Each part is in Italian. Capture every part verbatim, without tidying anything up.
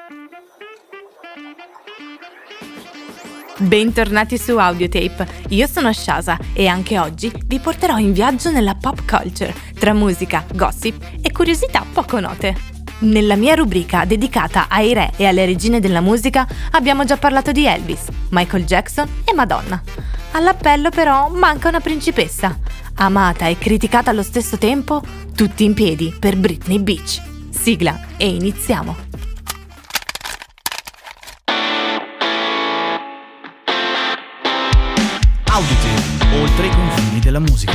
Bentornati su Audiotape, io sono Shasa e anche oggi vi porterò in viaggio nella pop culture, tra musica, gossip e curiosità poco note. Nella mia rubrica dedicata ai re e alle regine della musica abbiamo già parlato di Elvis, Michael Jackson e Madonna. All'appello però manca una principessa, amata e criticata allo stesso tempo, tutti in piedi per Britney Beach. Sigla e iniziamo! Audiotape, oltre i confini della musica.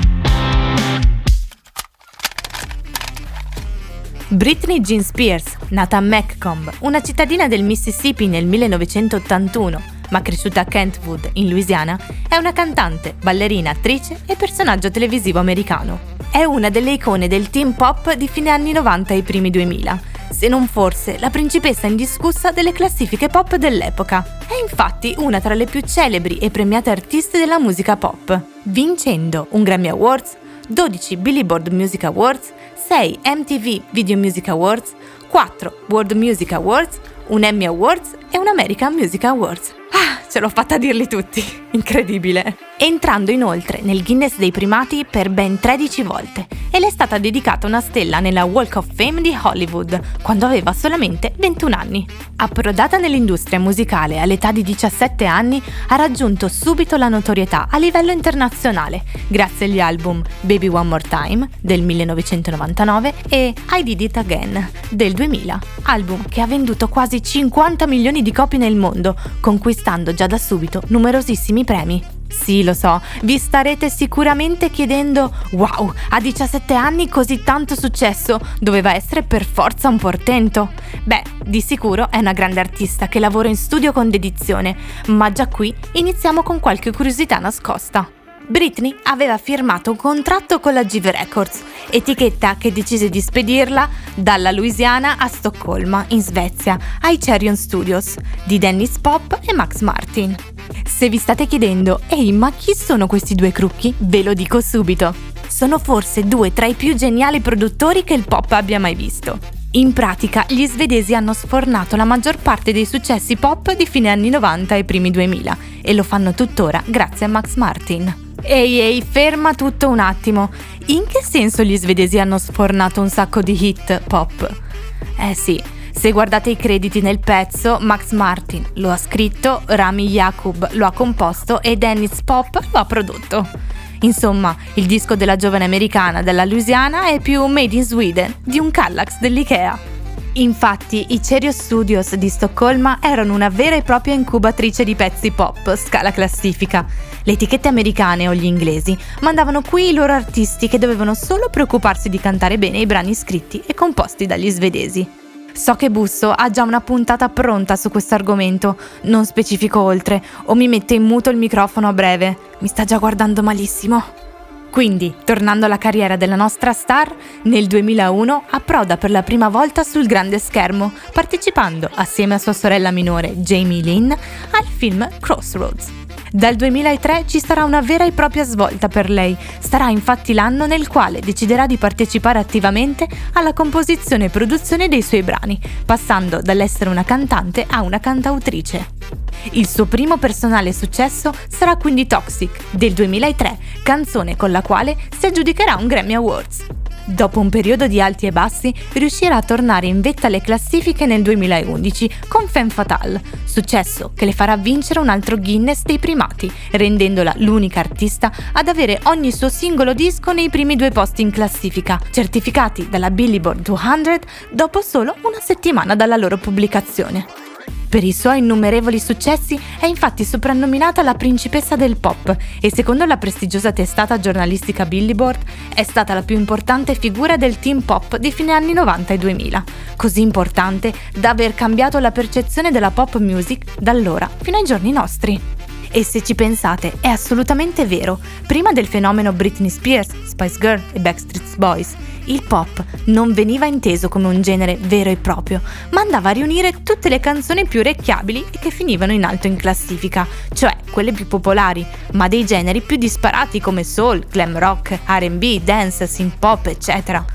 Britney Jean Spears, nata a Macomb, una cittadina del Mississippi nel millenovecentottantuno, ma cresciuta a Kentwood, in Louisiana, è una cantante, ballerina, attrice e personaggio televisivo americano. È una delle icone del teen pop di fine anni novanta e primi duemila, se non forse la principessa indiscussa delle classifiche pop dell'epoca. È infatti una tra le più celebri e premiate artiste della musica pop, vincendo un Grammy Awards, dodici Billboard Music Awards, sei M T V Video Music Awards, quattro World Music Awards, un Emmy Awards e un American Music Awards. Ah, ce l'ho fatta a dirli tutti, incredibile! Entrando inoltre nel Guinness dei primati per ben tredici volte e le è stata dedicata una stella nella Walk of Fame di Hollywood quando aveva solamente ventuno anni. Approdata nell'industria musicale all'età di diciassette anni, ha raggiunto subito la notorietà a livello internazionale grazie agli album Baby One More Time del millenovecentonovantanove e I Did It Again del duemila, album che ha venduto quasi cinquanta milioni di copie nel mondo, conquistando già da subito numerosissimi premi. Sì, lo so, vi starete sicuramente chiedendo: wow, a diciassette anni così tanto successo, doveva essere per forza un portento? Beh, di sicuro è una grande artista che lavora in studio con dedizione, ma già qui iniziamo con qualche curiosità nascosta. Britney aveva firmato un contratto con la Jive Records, etichetta che decise di spedirla dalla Louisiana a Stoccolma, in Svezia, ai Cherion Studios, di Dennis Pop e Max Martin. Se vi state chiedendo, ehi, ma chi sono questi due crucchi? Ve lo dico subito. Sono forse due tra i più geniali produttori che il pop abbia mai visto. In pratica, gli svedesi hanno sfornato la maggior parte dei successi pop di fine anni novanta e primi duemila e lo fanno tuttora grazie a Max Martin. Ehi ehi, ferma tutto un attimo. In che senso gli svedesi hanno sfornato un sacco di hit pop? Eh sì, se guardate i crediti nel pezzo, Max Martin lo ha scritto, Rami Yacoub lo ha composto e Dennis Pop lo ha prodotto. Insomma, il disco della giovane americana della Louisiana è più made in Sweden di un Kallax dell'Ikea. Infatti, i Cherion Studios di Stoccolma erano una vera e propria incubatrice di pezzi pop, scala classifica. Le etichette americane o gli inglesi mandavano qui i loro artisti che dovevano solo preoccuparsi di cantare bene i brani scritti e composti dagli svedesi. So che Busso ha già una puntata pronta su questo argomento, non specifico oltre, o mi mette in muto il microfono a breve. Mi sta già guardando malissimo. Quindi, tornando alla carriera della nostra star, nel duemilauno approda per la prima volta sul grande schermo, partecipando assieme a sua sorella minore Jamie Lynn al film Crossroads. Dal duemilatré ci sarà una vera e propria svolta per lei, sarà infatti l'anno nel quale deciderà di partecipare attivamente alla composizione e produzione dei suoi brani, passando dall'essere una cantante a una cantautrice. Il suo primo personale successo sarà quindi Toxic del duemilatré, canzone con la quale si aggiudicherà un Grammy Awards. Dopo un periodo di alti e bassi, riuscirà a tornare in vetta alle classifiche nel duemilaundici con Femme Fatale, successo che le farà vincere un altro Guinness dei primati, rendendola l'unica artista ad avere ogni suo singolo disco nei primi due posti in classifica, certificati dalla Billboard duecento dopo solo una settimana dalla loro pubblicazione. Per i suoi innumerevoli successi è infatti soprannominata la principessa del pop e secondo la prestigiosa testata giornalistica Billboard è stata la più importante figura del teen pop di fine anni novanta e duemila, così importante da aver cambiato la percezione della pop music da allora fino ai giorni nostri. E se ci pensate, è assolutamente vero. Prima del fenomeno Britney Spears, Spice Girl e Backstreet Boys, il pop non veniva inteso come un genere vero e proprio, ma andava a riunire tutte le canzoni più orecchiabili e che finivano in alto in classifica, cioè quelle più popolari, ma dei generi più disparati come soul, glam rock, R and B, dance, synth pop, eccetera.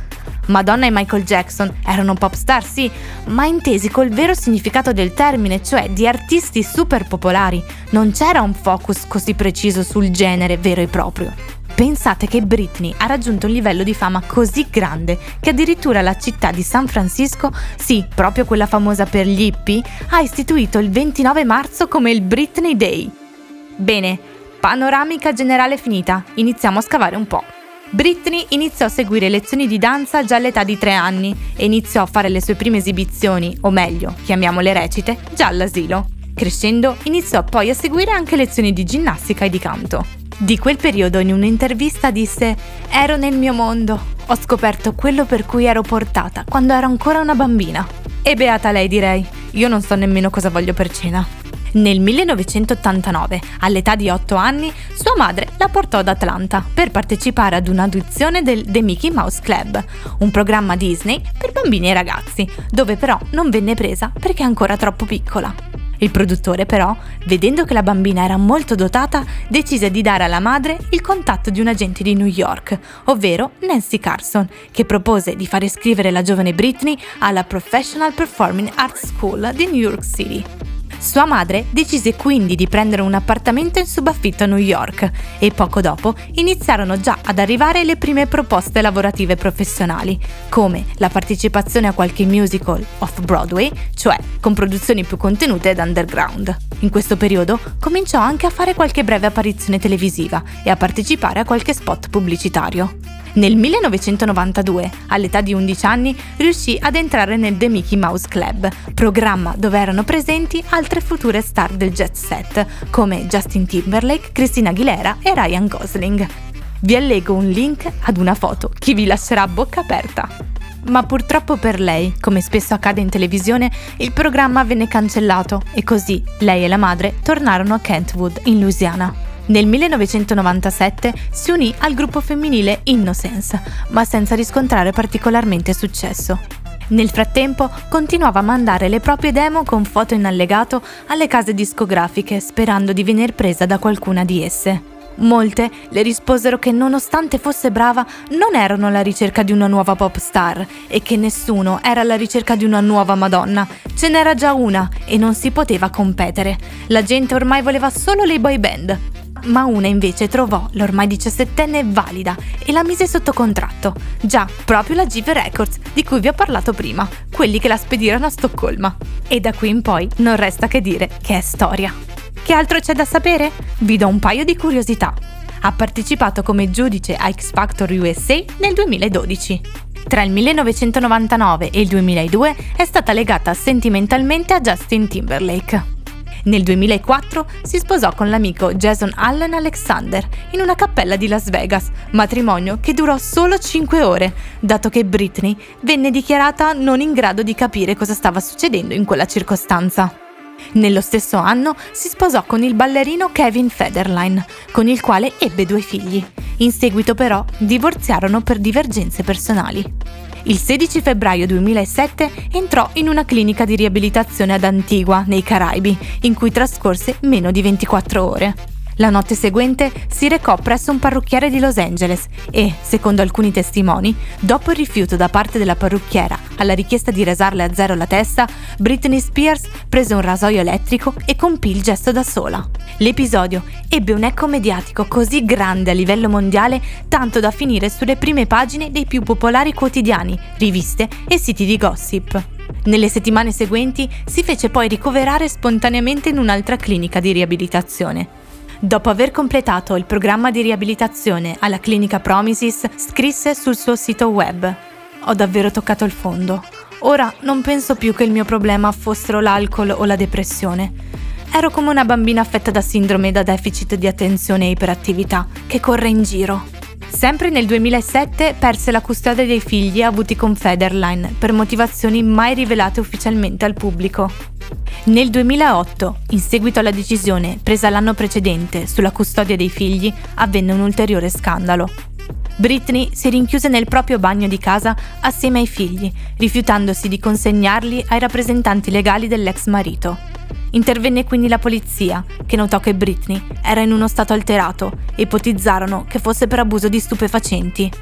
Madonna e Michael Jackson erano pop star, sì, ma intesi col vero significato del termine, cioè di artisti super popolari. Non c'era un focus così preciso sul genere vero e proprio. Pensate che Britney ha raggiunto un livello di fama così grande che addirittura la città di San Francisco, sì, proprio quella famosa per gli hippie, ha istituito il ventinove marzo come il Britney Day. Bene, panoramica generale finita, iniziamo a scavare un po'. Britney iniziò a seguire lezioni di danza già all'età di tre anni e iniziò a fare le sue prime esibizioni, o meglio, chiamiamole recite, già all'asilo. Crescendo, iniziò poi a seguire anche lezioni di ginnastica e di canto. Di quel periodo in un'intervista disse: «Ero nel mio mondo, ho scoperto quello per cui ero portata quando ero ancora una bambina». E beata lei, direi, io non so nemmeno cosa voglio per cena. Nel millenovecentottantanove, all'età di otto anni, sua madre la portò ad Atlanta per partecipare ad un'audizione del The Mickey Mouse Club, un programma Disney per bambini e ragazzi, dove però non venne presa perché è ancora troppo piccola. Il produttore però, vedendo che la bambina era molto dotata, decise di dare alla madre il contatto di un agente di New York, ovvero Nancy Carson, che propose di far iscrivere la giovane Britney alla Professional Performing Arts School di New York City. Sua madre decise quindi di prendere un appartamento in subaffitto a New York e poco dopo iniziarono già ad arrivare le prime proposte lavorative professionali, come la partecipazione a qualche musical off-Broadway, cioè con produzioni più contenute ed underground. In questo periodo cominciò anche a fare qualche breve apparizione televisiva e a partecipare a qualche spot pubblicitario. Nel millenovecentonovantadue, all'età di undici anni, riuscì ad entrare nel The Mickey Mouse Club, programma dove erano presenti altre future star del jet set, come Justin Timberlake, Christina Aguilera e Ryan Gosling. Vi allego un link ad una foto che vi lascerà a bocca aperta. Ma purtroppo per lei, come spesso accade in televisione, il programma venne cancellato e così lei e la madre tornarono a Kentwood, in Louisiana. Nel millenovecentonovantasette si unì al gruppo femminile Innocence, ma senza riscontrare particolarmente successo. Nel frattempo continuava a mandare le proprie demo con foto in allegato alle case discografiche, sperando di venir presa da qualcuna di esse. Molte le risposero che nonostante fosse brava non erano alla ricerca di una nuova pop star e che nessuno era alla ricerca di una nuova Madonna. Ce n'era già una e non si poteva competere. La gente ormai voleva solo le boy band. Ma una invece trovò l'ormai diciassettenne valida e la mise sotto contratto. Già, proprio la Jive Records, di cui vi ho parlato prima, quelli che la spedirono a Stoccolma. E da qui in poi non resta che dire che è storia. Che altro c'è da sapere? Vi do un paio di curiosità. Ha partecipato come giudice a X Factor U S A nel duemiladodici. Tra il millenovecentonovantanove e il duemiladue è stata legata sentimentalmente a Justin Timberlake. Nel duemilaquattro si sposò con l'amico Jason Allen Alexander in una cappella di Las Vegas, matrimonio che durò solo cinque ore, dato che Britney venne dichiarata non in grado di capire cosa stava succedendo in quella circostanza. Nello stesso anno si sposò con il ballerino Kevin Federline, con il quale ebbe due figli. In seguito però divorziarono per divergenze personali. Il sedici febbraio duemilasette entrò in una clinica di riabilitazione ad Antigua, nei Caraibi, in cui trascorse meno di ventiquattro ore. La notte seguente si recò presso un parrucchiere di Los Angeles e, secondo alcuni testimoni, dopo il rifiuto da parte della parrucchiera alla richiesta di rasarle a zero la testa, Britney Spears prese un rasoio elettrico e compì il gesto da sola. L'episodio ebbe un eco mediatico così grande a livello mondiale tanto da finire sulle prime pagine dei più popolari quotidiani, riviste e siti di gossip. Nelle settimane seguenti si fece poi ricoverare spontaneamente in un'altra clinica di riabilitazione. Dopo aver completato il programma di riabilitazione alla clinica Promises, scrisse sul suo sito web: «Ho davvero toccato il fondo. Ora non penso più che il mio problema fossero l'alcol o la depressione. Ero come una bambina affetta da sindrome da deficit di attenzione e iperattività, che corre in giro». Sempre nel duemilasette perse la custodia dei figli avuti con Federline per motivazioni mai rivelate ufficialmente al pubblico. Nel duemilaotto, in seguito alla decisione presa l'anno precedente sulla custodia dei figli, avvenne un ulteriore scandalo. Britney si rinchiuse nel proprio bagno di casa assieme ai figli, rifiutandosi di consegnarli ai rappresentanti legali dell'ex marito. Intervenne quindi la polizia, che notò che Britney era in uno stato alterato e ipotizzarono che fosse per abuso di stupefacenti.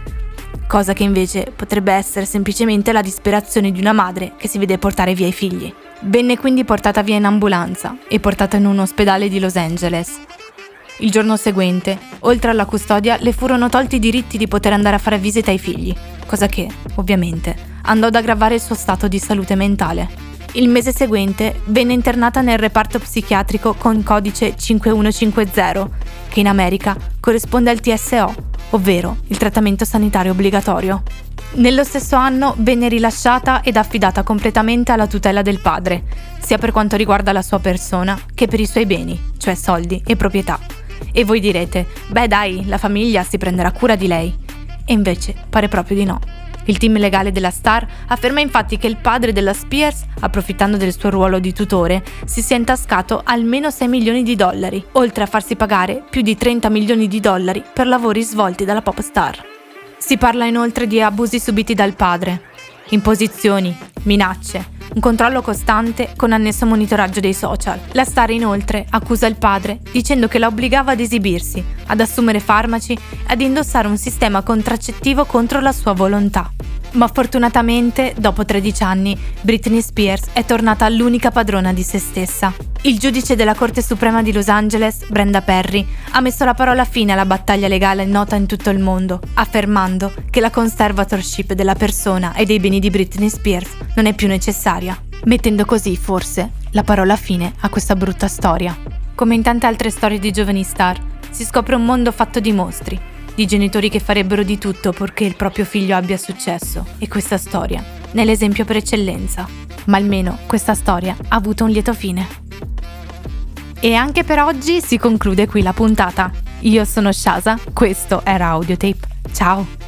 cosa che invece potrebbe essere semplicemente la disperazione di una madre che si vede portare via i figli. Venne quindi portata via in ambulanza e portata in un ospedale di Los Angeles. Il giorno seguente, oltre alla custodia, le furono tolti i diritti di poter andare a fare visita ai figli, cosa che, ovviamente, andò ad aggravare il suo stato di salute mentale. Il mese seguente venne internata nel reparto psichiatrico con codice cinquemilacentocinquanta, che in America corrisponde al T S O, ovvero il trattamento sanitario obbligatorio. Nello stesso anno venne rilasciata ed affidata completamente alla tutela del padre, sia per quanto riguarda la sua persona che per i suoi beni, cioè soldi e proprietà. E voi direte, beh dai, la famiglia si prenderà cura di lei. E invece pare proprio di no. Il team legale della star afferma infatti che il padre della Spears, approfittando del suo ruolo di tutore, si sia intascato almeno sei milioni di dollari, oltre a farsi pagare più di trenta milioni di dollari per lavori svolti dalla pop star. Si parla inoltre di abusi subiti dal padre, imposizioni, minacce, un controllo costante con annesso monitoraggio dei social. La star inoltre accusa il padre dicendo che la obbligava ad esibirsi, ad assumere farmaci e ad indossare un sistema contraccettivo contro la sua volontà. Ma fortunatamente, dopo tredici anni, Britney Spears è tornata l'unica padrona di se stessa. Il giudice della Corte Suprema di Los Angeles, Brenda Perry, ha messo la parola fine alla battaglia legale nota in tutto il mondo, affermando che la conservatorship della persona e dei beni di Britney Spears non è più necessaria, mettendo così, forse, la parola fine a questa brutta storia. Come in tante altre storie di giovani star, si scopre un mondo fatto di mostri, di genitori che farebbero di tutto purché il proprio figlio abbia successo, e questa storia ne è l'esempio per eccellenza. Ma almeno questa storia ha avuto un lieto fine. E anche per oggi si conclude qui la puntata. Io sono Shasa, questo era Audiotape. Ciao!